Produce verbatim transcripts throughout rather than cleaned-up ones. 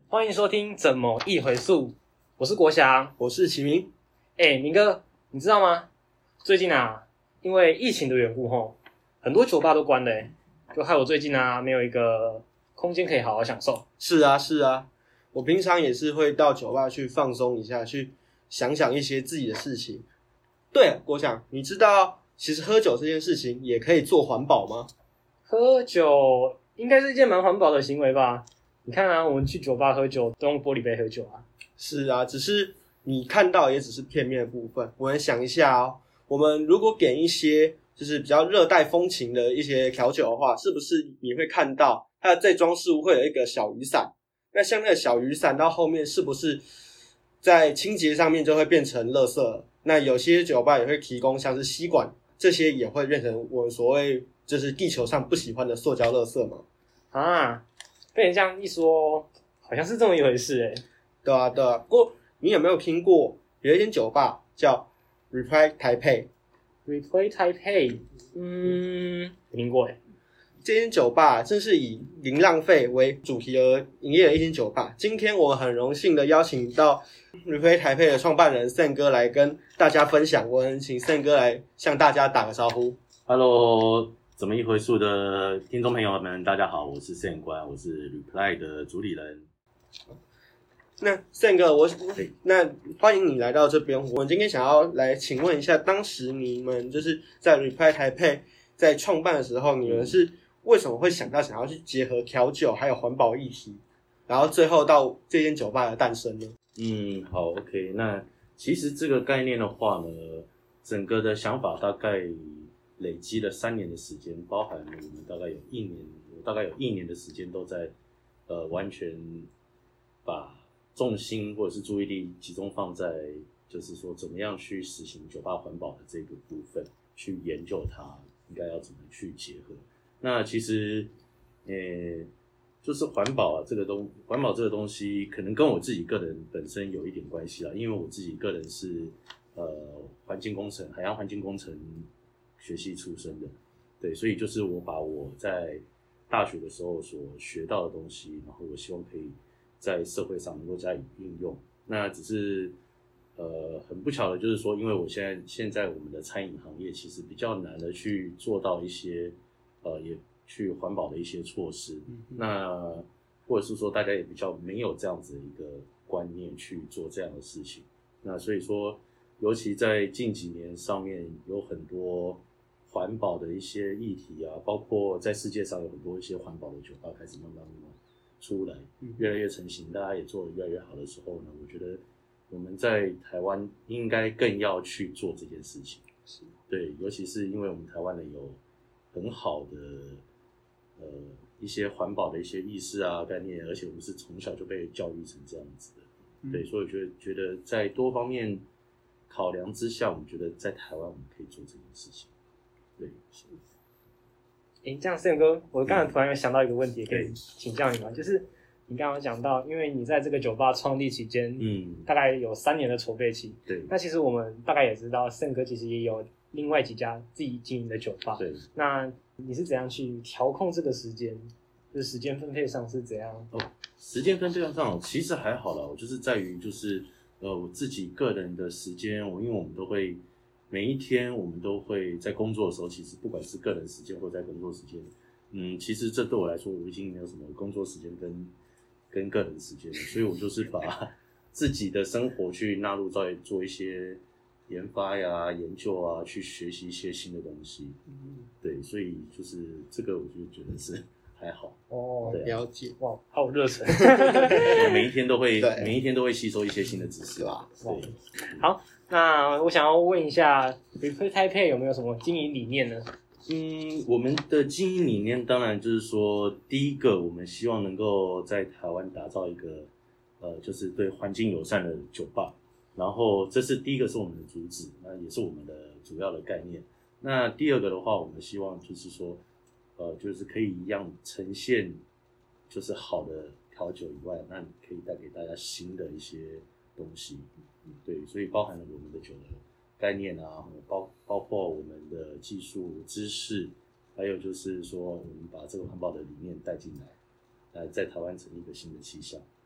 欢迎收听怎么一回溯，我是国祥， 我是齐明。 哎、欸，明哥，你知道吗？最近啊，因为疫情的缘故吼，很多酒吧都关了、欸，就害我最近啊没有一个空间可以好好享受。 是啊，是啊，我平常也是会到酒吧去放松一下，去想想一些自己的事情。对，国祥，你知道其实喝酒这件事情也可以做环保吗？ 喝酒应该是一件蛮环保的行为吧？你看啊，我们去酒吧喝酒都用玻璃杯喝酒啊。 是啊，只是你看到也只是片面的部分。我们想一下哦，我们如果点一些就是比较热带风情的一些调酒的话，是不是你会看到它的这装饰物会有一个小雨伞？那像那个小雨伞到后面是不是在清洁上面就会变成垃圾了？那有些酒吧也会提供像是吸管，这些也会变成我们所谓就是地球上不喜欢的塑胶垃圾嘛？ 啊，被你这样一说，好像是这么一回事诶、欸。 对啊，对啊。不过你有没有听过有一间酒吧叫 Reply Taipei？Reply Taipei， 嗯，没听过诶。 这间酒吧正是以零浪费为主题而营业的一间酒吧。今天我们很荣幸的邀请到 Reply Taipei 的创办人 Sam 哥来跟大家分享。我们请 Sam 哥来向大家打个招呼。 Hello， 怎么一回溯的听众朋友们，大家好，我是 Sam 官，我是 Reply 的主理人。 那 Sam 哥，我那欢迎你来到这边。我们今天想要来请问一下，当时你们就是在 Reply Taipei 在创办的时候，你们是为什么会想到想要去结合调酒还有环保议题，然后最后到这间酒吧的诞生呢？ 嗯，好 ，OK。那其实这个概念的话呢，整个的想法大概累积了三年的时间，包含我们大概有一年，我大概有一年的时间都在呃完全把重心或者是注意力集中放在就是说怎么样去实行酒吧环保的这个部分，去研究它应该要怎么去结合。那其实，呃、欸，就是环保啊，这个东环保这个东西，可能跟我自己个人本身有一点关系啦，因为我自己个人是呃环境工程、海洋环境工程学系出身的，对，所以就是我把我在大学的时候所学到的东西，然后我希望可以在社会上能够加以应用。那只是呃很不巧的，就是说，因为我现在现在我们的餐饮行业其实比较难的去做到一些。呃，也去环保的一些措施，嗯、那或者是说大家也比较没有这样子的一个观念去做这样的事情，那所以说，尤其在近几年上面有很多环保的一些议题啊，包括在世界上有很多一些环保的酒吧开始慢慢慢慢出来，越来越成型，大家也做得越来越好的时候呢，我觉得我们在台湾应该更要去做这件事情，对，尤其是因为我们台湾人有很好的呃一些环保的一些意识啊概念，而且我们是从小就被教育成这样子的，嗯、对，所以我觉得觉得在多方面考量之下，我们觉得在台湾我们可以做这件事情。对，是。 哎，这样Sam哥，我刚才突然有想到一个问题，可以请教你吗？就是你刚刚讲到，因为你在这个酒吧创立期间，嗯，大概有三年的筹备期， 对。 那其实我们大概也知道，Sam哥其实也有另外几家自己经营的酒吧， 对。 那你是怎样去调控这个时间？就是时间分配上是怎样？ 哦，时间分配上其实还好啦，我就是在于就是呃我自己个人的时间，我因为我们都会每一天我们都会在工作的时候，其实不管是个人时间或在工作时间，嗯，其实这对我来说我已经没有什么工作时间跟跟个人时间了，所以我就是把自己的生活去纳入在做一些研发呀、研究啊，去学习一些新的东西。嗯，对，所以就是这个，我就觉得是还好。 哦， 对、 啊，了解。 哇，好有热忱。 每一天都会，每一天都会吸收一些新的知识吧。对。 好，那我想要问一下 Reply Taipei 有没有什么经营理念呢？ 嗯，我们的经营理念当然就是说，第一个，我们希望能够在台湾打造一个呃，就是对环境友善的酒吧。然后这是第一个是我们的主旨，那也是我们的主要的概念。那第二个的话，我们希望就是说，呃，就是可以一样呈现，就是好的调酒以外，那可以带给大家新的一些东西。对，所以包含了我们的酒的概念啊，包包括我们的技术知识，还有就是说，我们把这个环保的理念带进来，来在台湾成立一个新的气象。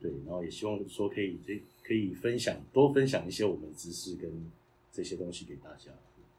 对，然后也希望说可以可以分享多分享一些我们的知识跟这些东西给大家。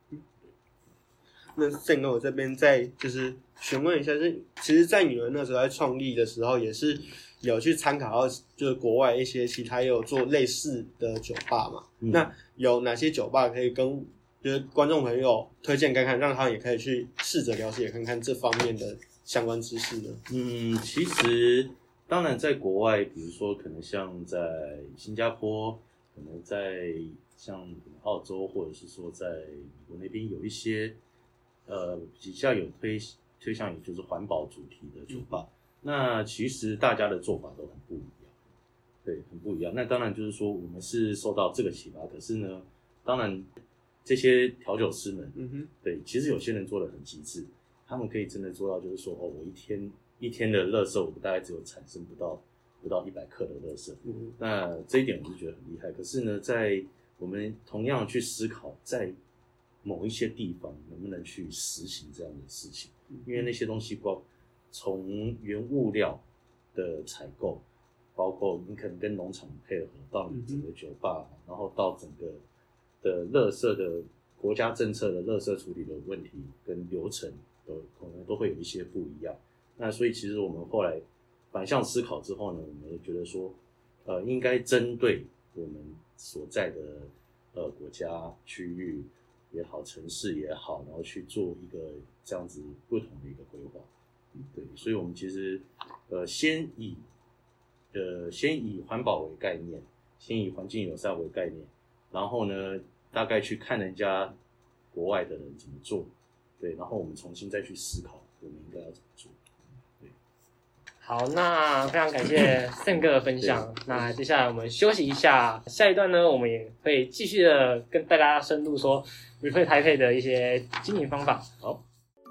那Sam哥，我这边再就是询问一下，就是其实，在你们那时候在创立的时候，也是有去参考到就是国外一些其他也有做类似的酒吧嘛？嗯、那有哪些酒吧可以跟就是观众朋友推荐看看，让他们也可以去试着了解看看这方面的相关知识呢？ 嗯，其实当然在国外，比如说可能像在新加坡，可能在像澳洲，或者是说在美国那边有一些。呃，比较有推推向也就是环保主题的酒吧，嗯、那其实大家的做法都很不一样，对，很不一样。那当然就是说，我们是受到这个启发，可是呢，当然这些调酒师们，嗯哼，对，其实有些人做得很极致，他们可以真的做到，就是说，哦，我一天一天的垃圾，我大概只有产生不到不到一百克的垃圾，嗯哼，那这一点我是觉得很厉害。可是呢，在我们同样去思考，在某一些地方能不能去实行这样的事情？因为那些东西包从原物料的采购，包括你可能跟农场配合到你整个酒吧，嗯、然后到整个的垃圾的国家政策的垃圾处理的问题跟流程，都可能都会有一些不一样。那所以其实我们后来反向思考之后呢，我们也觉得说，呃，应该针对我们所在的呃国家区域。也好，城市也好，然后去做一个这样子不同的一个规划，对，所以我们其实呃先以呃先以环保为概念，先以环境友善为概念，然后呢大概去看人家国外的人怎么做，对，然后我们重新再去思考我们应该要怎么做。 好，那非常感谢Sam哥的分享。那接下来我们休息一下，下一段呢，我们也会继续的跟大家深入说 Reflect Taipei 的一些经营方法。 好。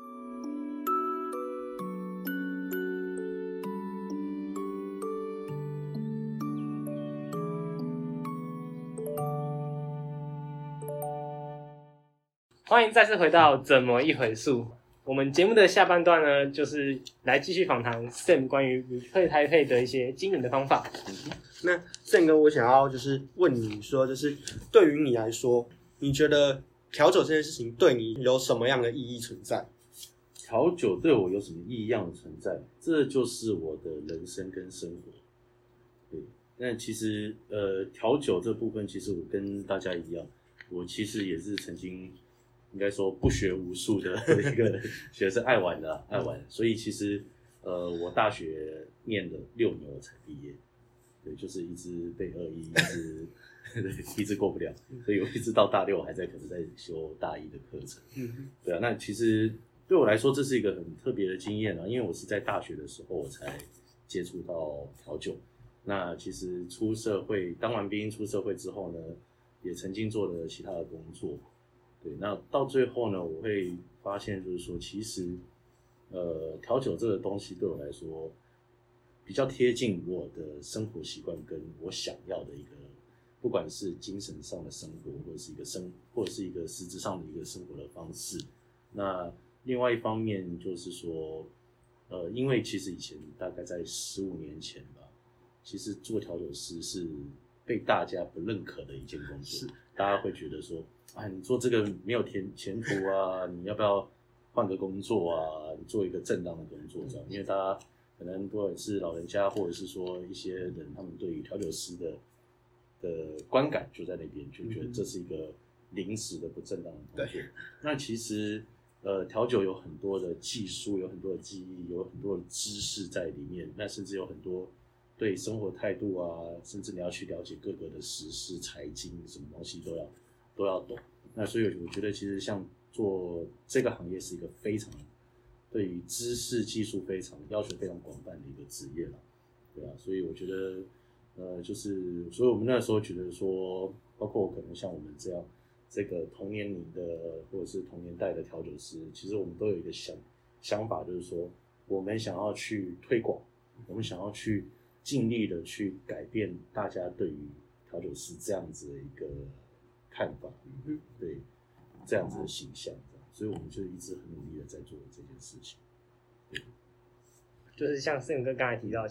欢迎再次回到怎么一回数。我们节目的下半段呢，就是来继续访谈 Sam 关于 Reflect Taipei 的一些经营的方法。 那 Sam 哥，我想要就是问你说，就是对于你来说，你觉得调酒这件事情对你有什么样的意义存在？ 调酒对我有什么异样的存在？这就是我的人生跟生活。对，那其实呃，调酒这部分，其实我跟大家一样，我其实也是曾经。应该说不学无术的一个学生，爱玩的、啊，爱玩。所以其实，呃，我大学念了六年我才毕业，对，就是一直被恶意，一直一直过不了，所以我一直到大六还在可能在修大一的课程。对啊，那其实对我来说这是一个很特别的经验啊，因为我是在大学的时候我才接触到调酒。那其实出社会当完兵出社会之后呢，也曾经做了其他的工作。对，那到最后呢，我会发现就是说，其实，呃，调酒这个东西对我来说，比较贴近我的生活习惯，跟我想要的一个，不管是精神上的生活，或者是一个生，或者是一个实质上的一个生活的方式。那另外一方面就是说，呃，因为其实以前大概在十五年前吧，其实做调酒师是被大家不认可的一件工作，大家会觉得说。啊，你做这个没有前前途啊！你要不要换个工作啊？你做一个正当的工作这样，因为大家可能不管是老人家，或者是说一些人，他们对于调酒师的的观感就在那边，就觉得这是一个临时的不正当的工作。那其实呃，调酒有很多的技术，有很多的技艺，有很多的知识在里面，那甚至有很多对生活态度啊，甚至你要去了解各个的时事、财经，什么东西都要。都要懂，那所以我觉得其实像做这个行业是一个非常对于知识技术非常要求非常广泛的一个职业了，对啊，所以我觉得呃就是所以我们那时候觉得说，包括可能像我们这样这个同年龄的或者是同年代的调酒师，其实我们都有一个想想法，就是说我们想要去推广，我们想要去尽力的去改变大家对于调酒师这样子的一个。看法，嗯，对，这样子的形象，所以我们就一直很努力的在做这件事情。对， 就是像Sam哥刚才提到，其实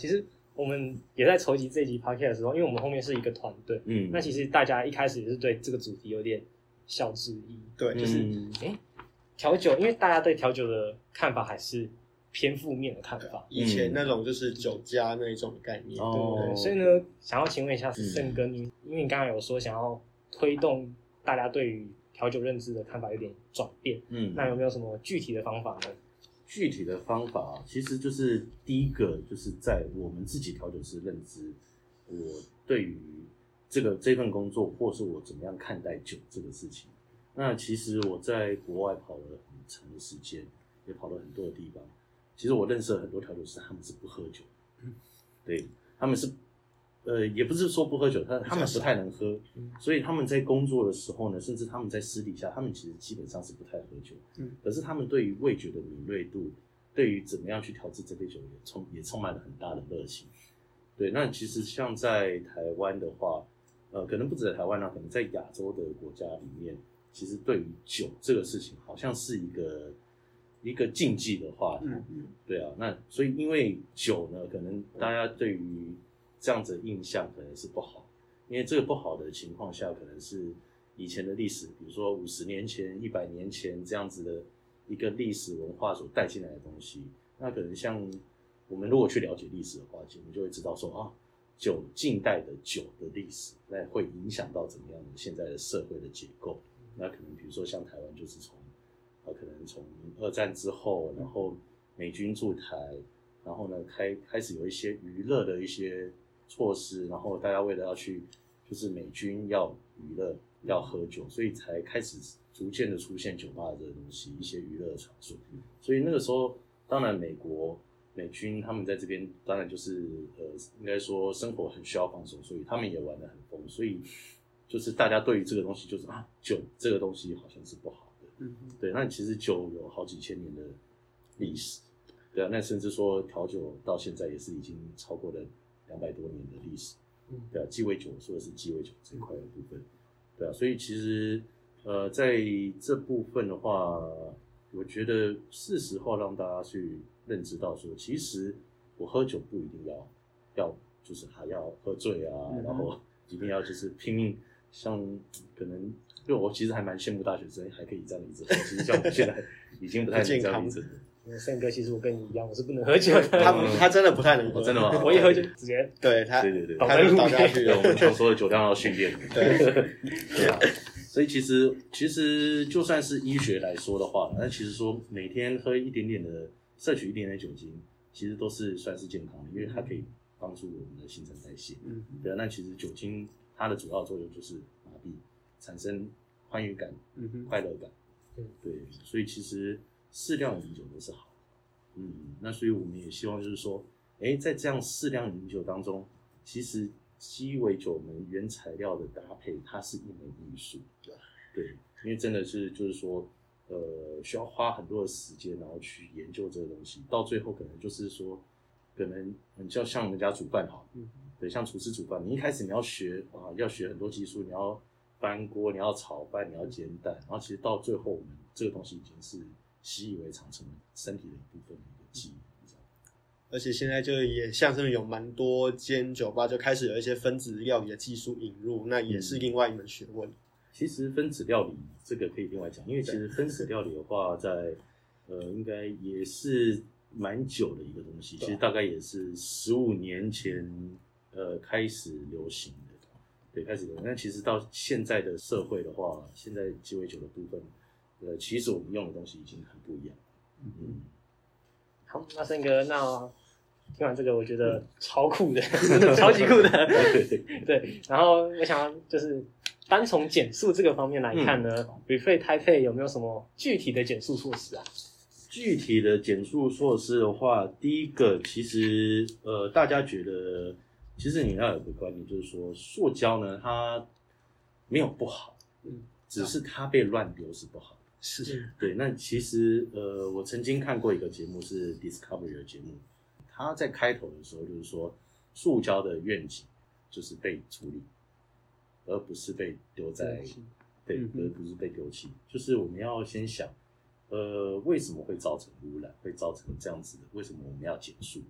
我们也在筹集这集 podcast 的时候，因为我们后面是一个团队， 嗯， 那其实大家一开始也是对这个主题有点小质疑， 对， 就是嗯哎，调酒，因为大家对调酒的看法还是偏负面的看法， 以前那种就是酒家那一种概念， 哦对，所以呢，想要请问一下盛哥，你因为你刚刚有说想要推动大家对于调酒认知的看法有点转变， 嗯， 那有没有什么具体的方法呢？ 具体的方法其实就是第一个，就是在我们自己调酒师认知，我对于这个这份工作，或是我怎么样看待酒这个事情。那其实我在国外跑了很长的时间，也跑了很多的地方。其实我认识了很多调酒师，他们是不喝酒的，对，他们是，呃，也不是说不喝酒，他他们不太能喝，所以他们在工作的时候呢，甚至他们在私底下，他们其实基本上是不太喝酒，嗯，可是他们对于味觉的敏锐度，对于怎么样去调制这杯酒也充也充满了很大的热情。对，那其实像在台湾的话，呃，可能不止在台湾啊，可能在亚洲的国家里面，其实对于酒这个事情，好像是一个一个禁忌的话题。嗯嗯，对啊，那所以因为酒呢，可能大家对于这样子的印象可能是不好，因为这个不好的情况下，可能是以前的历史，比如说五十年前、一百年前这样子的一个历史文化所带进来的东西。那可能像我们如果去了解历史的话，我们就会知道说啊，酒近代的酒的历史，那会影响到怎么样的现在的社会的结构。那可能比如说像台湾就是从啊，可能从二战之后，然后美军驻台，然后呢开开始有一些娱乐的一些措施，然后大家为了要去，就是美军要娱乐要喝酒，所以才开始逐渐的出现酒吧这个东西，一些娱乐场所。所以那个时候，当然美国美军他们在这边，当然就是呃，应该说生活很需要放松，所以他们也玩得很疯，所以就是大家对于这个东西就是啊，酒这个东西好像是不好的。嗯，对，那其实酒有好几千年的历史，对啊，那甚至说调酒到现在也是已经超过了两百多年的历史，对啊，鸡尾酒说的是鸡尾酒这一块的部分，对啊，所以其实呃在这部分的话，我觉得是时候让大家去认知到说，其实我喝酒不一定要要就是还要喝醉啊，嗯、然后一定要就是拼命，像可能。就我其实还蛮羡慕大学生还可以这样一直喝，其实像我现在已经不太能这样一直喝。 盛哥，其实我跟你一样，我是不能喝酒的。 他他真的不太能喝， 真的吗？ 我一喝就直接对他， 对对对， 他就倒下去了。 我们常说的酒量要训练。 对对啊，所以其实其实就算是医学来说的话，那其实说每天喝一点点的，摄取一点点酒精，其实都是算是健康的，因为它可以帮助我们的新陈代谢。嗯，对啊，那其实酒精它的主要作用就是麻痹。产生欢愉感、嗯、快乐感，嗯，对，所以其实适量饮酒都是好，嗯，那所以我们也希望就是说，哎，在这样适量饮酒当中，其实鸡尾酒们原材料的搭配，它是一门艺术，对，因为真的是就是说，呃，需要花很多的时间，然后去研究这个东西，到最后可能就是说，可能很像像我们家煮饭好，嗯，对，像厨师煮饭，你一开始你要学啊，要学很多技术，你要翻锅，你要炒饭，你要煎蛋，然后其实到最后，我们这个东西已经是习以为常，成为身体的一部分的一个记忆。 而且现在就也像是有蛮多间酒吧就开始有一些分子料理的技术引入，那也是另外一门学问。嗯、 其实分子料理这个可以另外讲，因为其实分子料理的话在，在呃应该也是蛮久的一个东西，其实大概也是十五年前呃开始流行的。对，开始有，但其实到现在的社会的话，现在鸡尾酒的部分，呃，其实我们用的东西已经很不一样。嗯， 好，那盛哥，那听完这个，我觉得超酷的，真的超级酷的。对对。然后我想要就是单从减速这个方面来看呢、嗯、，Reflect Taipei 有没有什么具体的减速措施啊？ 具体的减速措施的话，第一个其实呃，大家觉得。其实你要有个观念，就是说，塑胶呢，它没有不好，嗯，只是它被乱丢是不好的。 是， 对。那其实，呃，我曾经看过一个节目是 Discovery 的节目，他在开头的时候就是说，塑胶的愿景就是被处理，而不是被丢在，对，而不是被丢弃。就是我们要先想，呃，为什么会造成污染，会造成这样子的？为什么我们要减速？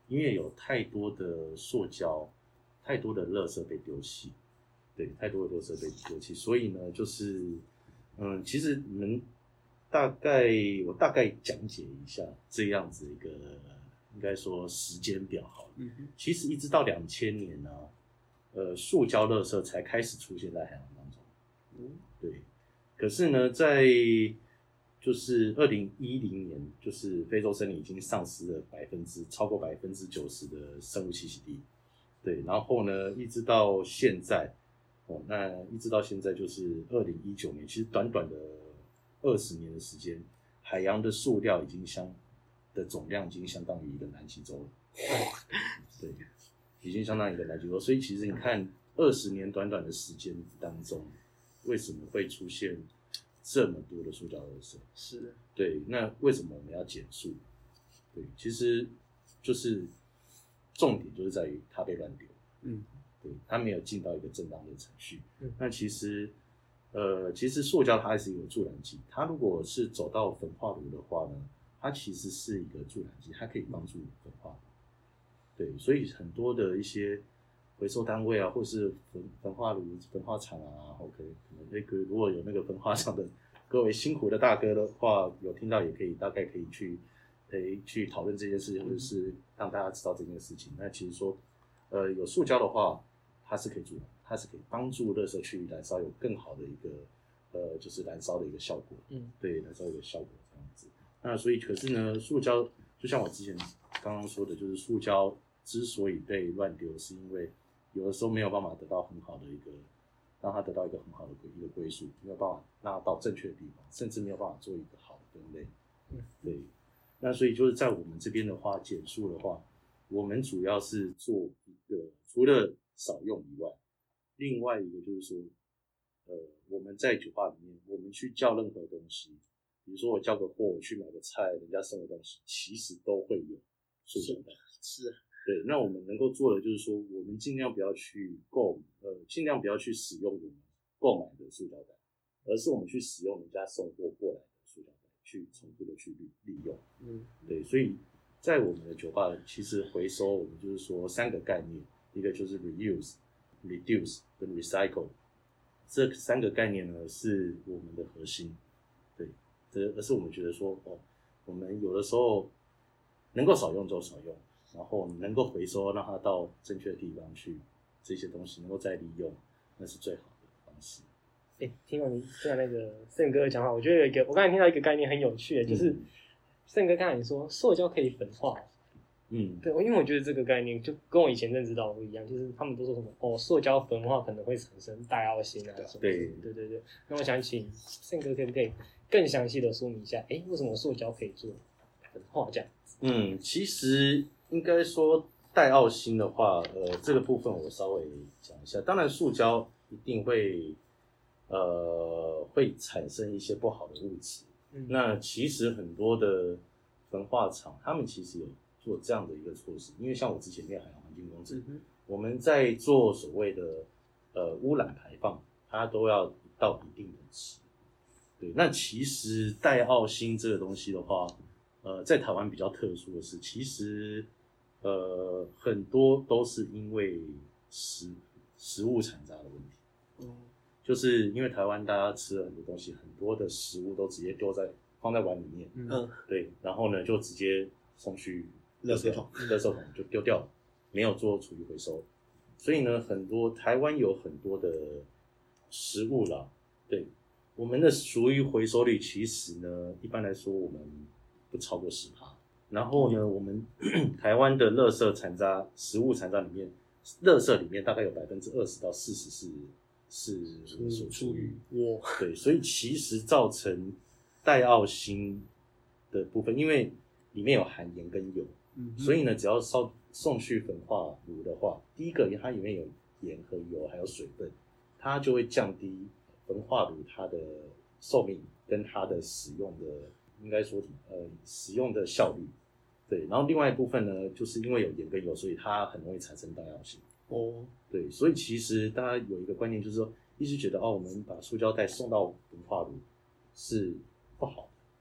因为有太多的塑胶，太多的垃圾被丢弃，对，太多的垃圾被丢弃，所以呢，就是嗯，其实你们大概我大概讲解一下这样子一个应该说时间表好了。 嗯哼， 其实一直到两千年呢、啊，呃，塑胶垃圾才开始出现在海洋当中。 嗯， 对。可是呢，在就是二零一零年，就是非洲森林已经丧失了百分之超过百分之九十的生物栖息地。对，然后呢，一直到现在，哦，那一直到现在就是二零一九年，其实短短的二十年的时间，海洋的数量已经相的总量已经相当于一个南极洲了。对，已经相当于一个南极洲，所以其实你看，二十年短短的时间当中，为什么会出现这么多的塑胶垃圾？ 是， 对，那为什么我们要减速？对，其实就是重点就是在于它被乱丢， 嗯， 对，它没有进到一个正当的程序。 嗯， 那其实，呃，其实塑胶它还是一个助燃剂，它如果是走到焚化炉的话呢，它其实是一个助燃剂，它可以帮助焚化。对，所以很多的一些回收单位啊，或是焚焚化炉、焚化厂啊 ，OK， 可能那个如果有那个焚化厂的各位辛苦的大哥的话，有听到也可以大概可以去，可以去讨论这件事情，或者是让大家知道这件事情。那其实说，呃，有塑胶的话，它是可以助燃，它是可以帮助垃圾去燃烧，有更好的一个呃，就是燃烧的一个效果。 嗯， 对，燃烧的一个效果这样子。那所以，可是呢，塑胶就像我之前刚刚说的，就是塑胶之所以被乱丢，是因为有的时候没有办法得到很好的一个，让它得到一个很好的归一个归属，没有办法拉到正确的地方，甚至没有办法做一个好的分类。 嗯， 对。那所以就是在我们这边的话，减速的话，我们主要是做一个除了少用以外，另外一个就是说，呃，我们在酒吧里面，我们去叫任何东西，比如说我叫个货，我去买个菜，人家送的东西，其实都会有塑胶袋。 是， 对，那我们能够做的就是说，我们尽量不要去购，呃，尽量不要去使用我们购买的塑胶袋，而是我们去使用人家送货过来的塑胶袋，去重复的去利利用。 嗯， 对，所以在我们的酒吧，其实回收我们就是说三个概念，一个就是 reuse、reduce 跟 recycle， 这三个概念呢是我们的核心。对，这而是我们觉得说，哦，我们有的时候能够少用就少用。然后能够回收，让它到正确的地方去，这些东西能够再利用，那是最好的方式。 哎、欸，听完你现在那个盛哥的讲法，我觉得有一个，我刚才听到一个概念很有趣的，就是盛哥刚才你说塑胶可以粉化， 嗯， 对，因为我觉得这个概念就跟我以前认知到的不一样，就是他们都说什么哦，塑胶粉化可能会产生戴奥辛啊什么的， 对对对对。那我想请盛哥可不可以更详细的说明一下，哎、欸，为什么塑胶可以做粉化这样子？ 嗯，其实。应该说戴奥辛的话，呃，这个部分我稍微讲一下。当然，塑胶一定会，呃，会产生一些不好的物质。嗯、那其实很多的焚化厂，他们其实有做这样的一个措施。因为像我之前念海洋环境工程，嗯、我们在做所谓的呃污染排放，它都要到一定的值。对，那其实戴奥辛这个东西的话，呃，在台湾比较特殊的是，其实。呃，很多都是因为食食物残渣的问题，嗯，就是因为台湾大家吃了很多东西，很多的食物都直接丢在放在碗里面，嗯，对，然后呢就直接送去垃圾桶， 垃圾桶就丢掉了，没有做处理回收，所以呢，很多台湾有很多的食物啦，对，我们的厨余回收率其实呢，一般来说我们不超过十趴。然后呢，我们台湾的垃圾残渣、食物残渣里面，垃圾里面大概有百分之二十到四十是是我们所厨余。哇，对，所以其实造成戴奥辛的部分，因为里面有含盐跟油，嗯、所以呢，只要烧送去焚化炉的话，第一个它里面有盐和油，还有水分，它就会降低焚化炉它的寿命跟它的使用的，应该说呃使用的效率。对，然后另外一部分呢，就是因为有盐跟油，所以它很容易产生戴奥辛。哦，对，所以其实大家有一个观念，就是说，一直觉得哦，我们把塑胶袋送到焚化炉是不好的，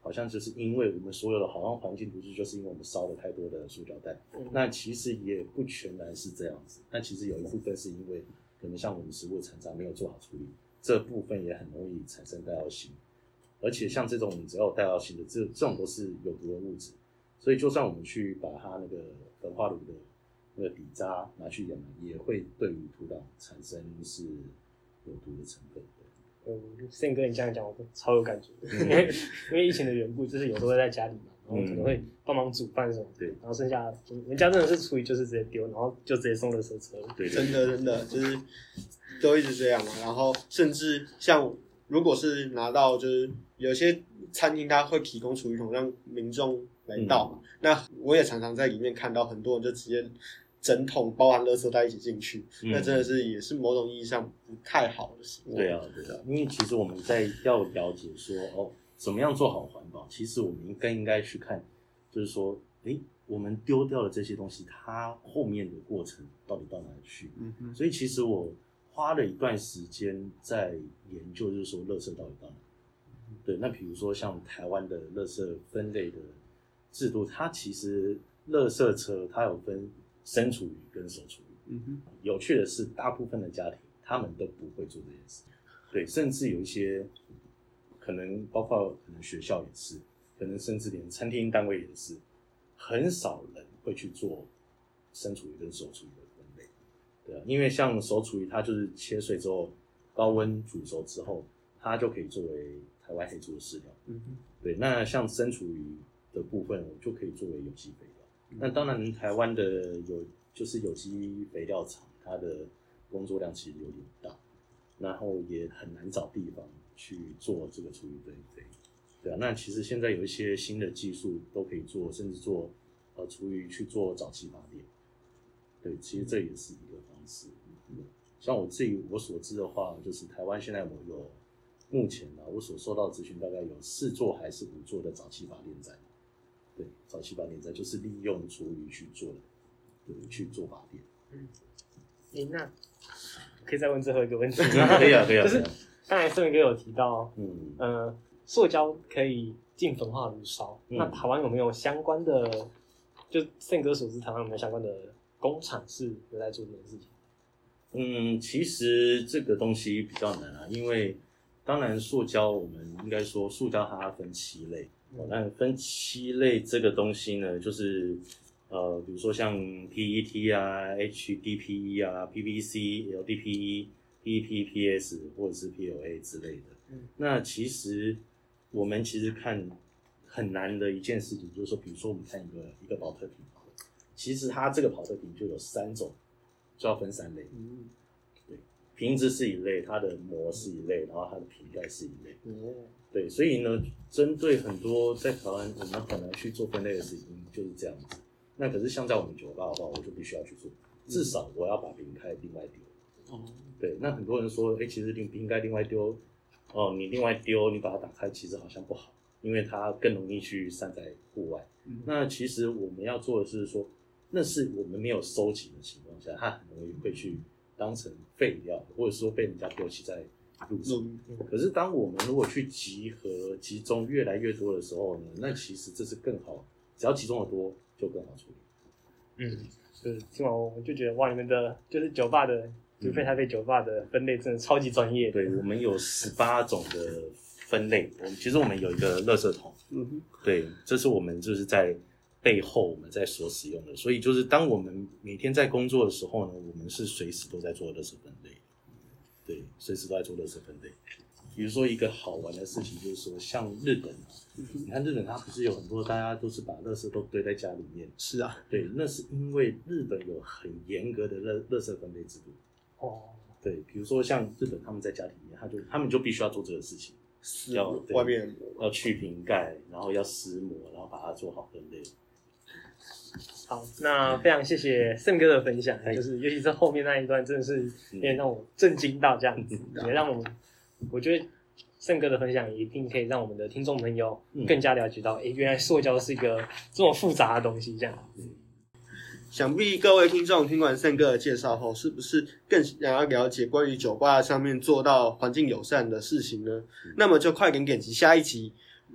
好像就是因为我们所有的好像环境毒素，就是因为我们烧了太多的塑胶袋。嗯、那其实也不全然是这样子，那其实有一部分是因为可能像我们食物残渣没有做好处理，这部分也很容易产生带药性。而且像这种只要有带药性的，这这种都是有毒的物质，所以就算我们去把它那个焚化炉的那个底渣拿去掩埋，也会对于土壤产生是有毒的成分。 嗯，宪哥你这样讲，我超有感觉的，因为因为疫情的缘故，就是有时候会在家里嘛，然后可能会帮忙煮饭什么的， 对， 然后剩下我们家真的是厨余就是直接丢，然后就直接送垃圾车了。 对， 真的真的就是都一直这样嘛。然后甚至像如果是拿到就是有些餐厅它会提供厨余桶让民众来倒嘛，嗯、那我也常常在里面看到很多人就直接整桶包含垃圾袋一起进去，嗯、那真的是也是某种意义上不太好的行为。 对啊，对啊，因为其实我们在要了解说哦，怎么样做好环保，其实我们更应该去看，就是说，诶，我们丢掉的这些东西，它后面的过程到底到哪里去？嗯哼。所以其实我花了一段时间在研究，就是说，垃圾到底到哪里？嗯、对，那比如说像台湾的垃圾分类的制度，它其实垃圾车它有分生厨余跟熟厨余。嗯哼，有趣的是，大部分的家庭他们都不会做这件事。对，甚至有一些可能包括可能学校也是，可能甚至连餐厅单位也是，很少人会去做生厨余跟熟厨余的分类。对啊，因为像熟厨余，它就是切碎之后高温煮熟之后，它就可以作为台湾黑猪的饲料。嗯哼，对，那像生厨余的部分，我就可以作为有机肥料。嗯、那当然，台湾的有就是有机肥料厂，它的工作量其实有点大，然后也很难找地方去做这个厨余堆肥。对啊，那其实现在有一些新的技术都可以做，甚至做呃厨余去做沼气发电。对，其实这也是一个方式。嗯、像我自己我所知的话，就是台湾现在我有目前啊，我所收到的资讯大概有四座还是五座的沼气发电站。对，沼气发电站就是利用厨余去做的，对，去做发电。 嗯，诶、欸，那可以再问最后一个问题吗？可以啊，可以啊。 就是刚才盛哥有提到， 嗯， 呃，塑胶可以进焚化炉烧，嗯、那台湾有没有相关的？就盛哥所知，台湾有没有相关的工厂是有在做这件事情？ 嗯，其实这个东西比较难啊，因为当然塑胶我们应该说塑胶它分七类。哦，那分七类这个东西呢，就是呃，比如说像 P E T 啊、H D P E 啊、P V C、L D P E、P E P P S 或者是 P L A 之类的。嗯，那其实我们其实看很难的一件事情，就是说，比如说我们看一个一个保特瓶，其实它这个保特瓶就有三种，就要分三类。嗯，对，瓶子是一类，它的膜是一类，然后它的瓶盖是一类。嗯。对，所以呢，针对很多在台湾我们很难去做分类的事情，就是这样子。那可是像在我们酒吧的话，我就必须要去做，至少我要把瓶盖另外丢。哦，对，那很多人说，哎、欸，其实瓶盖另外丢，哦，你另外丢，你把它打开，其实好像不好，因为它更容易去散在户外。嗯、那其实我们要做的是说，那是我们没有收集的情况下，它很容易会去当成废料，或者说被人家丢弃在路上。嗯、可是当我们如果去集合集中越来越多的时候呢，那其实这是更好，只要集中的多就更好处理。 嗯，就是听完我就觉得哇，你们的就是酒吧的Replay台北酒吧的分类真的超级专业。 对，我们有十八种的分类，我们其实我们有一个垃圾桶。嗯哼，对，这是我们就是在背后我们在所使用的，所以就是当我们每天在工作的时候呢，我们是随时都在做垃圾分类。对，随时都在做垃圾分类。比如说一个好玩的事情，就是说像日本啊，嗯、你看日本它不是有很多大家都是把垃圾都堆在家里面？ 是啊， 对，那是因为日本有很严格的垃垃圾分类制度。哦，对，比如说像日本他们在家里面，他就他们就必须要做这个事情，要外面要去瓶盖，然后要撕膜，然后把它做好分类。 好，那非常谢谢盛哥的分享，嗯、就是尤其是后面那一段，真的是有点让我震惊到这样子，嗯、也让我们，我觉得盛哥的分享一定可以让我们的听众朋友更加了解到，哎、嗯，原来塑胶是一个这么复杂的东西，这样。嗯、 想必各位听众听完盛哥的介绍后，是不是更想要了解关于酒吧上面做到环境友善的事情呢？嗯、那么就快点点击下一集。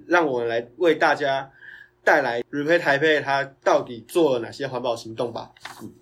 让我们来为大家带来 Replay 台北它到底做了哪些环保行动吧。 嗯